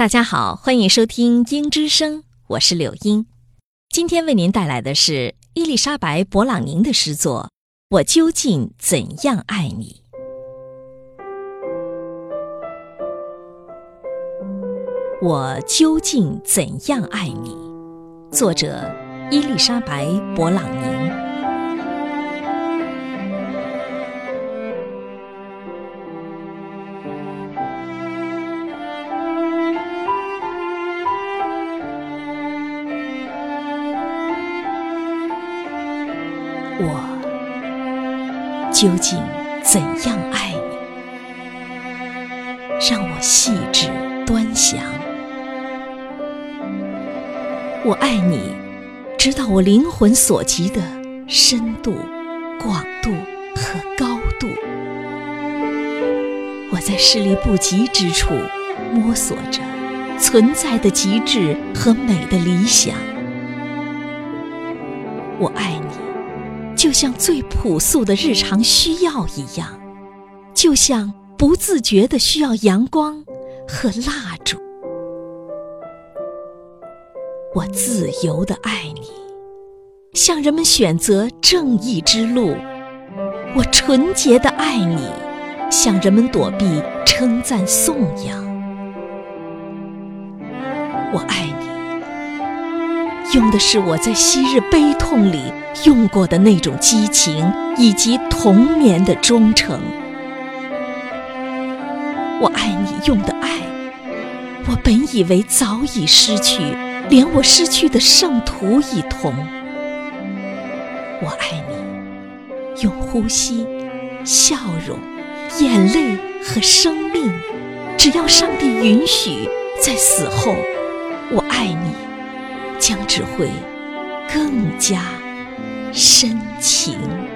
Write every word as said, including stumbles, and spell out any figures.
大家好，欢迎收听鹰之声，我是柳英。今天为您带来的是伊丽莎白·勃朗宁的诗作《我究竟怎样爱你》。我究竟怎样爱你？作者伊丽莎白·勃朗宁。我究竟怎样爱你？让我细致端详。我爱你，直到我灵魂所及的深度、广度和高度。我在视力不及之处摸索着存在的极致和美的理想。我爱你，就像最朴素的日常需要一样，就像不自觉地需要阳光和蜡烛。我自由地爱你，像人们选择正义之路。我纯洁地爱你，像人们躲避称赞颂扬。我爱你，用的是我在昔日悲痛里用过的那种激情，以及童年的忠诚。我爱你用的爱，我本以为早已失去，连我失去的圣徒一同。我爱你，用呼吸、笑容、眼泪和生命，只要上帝允许，在死后，我爱你将只会更加深情。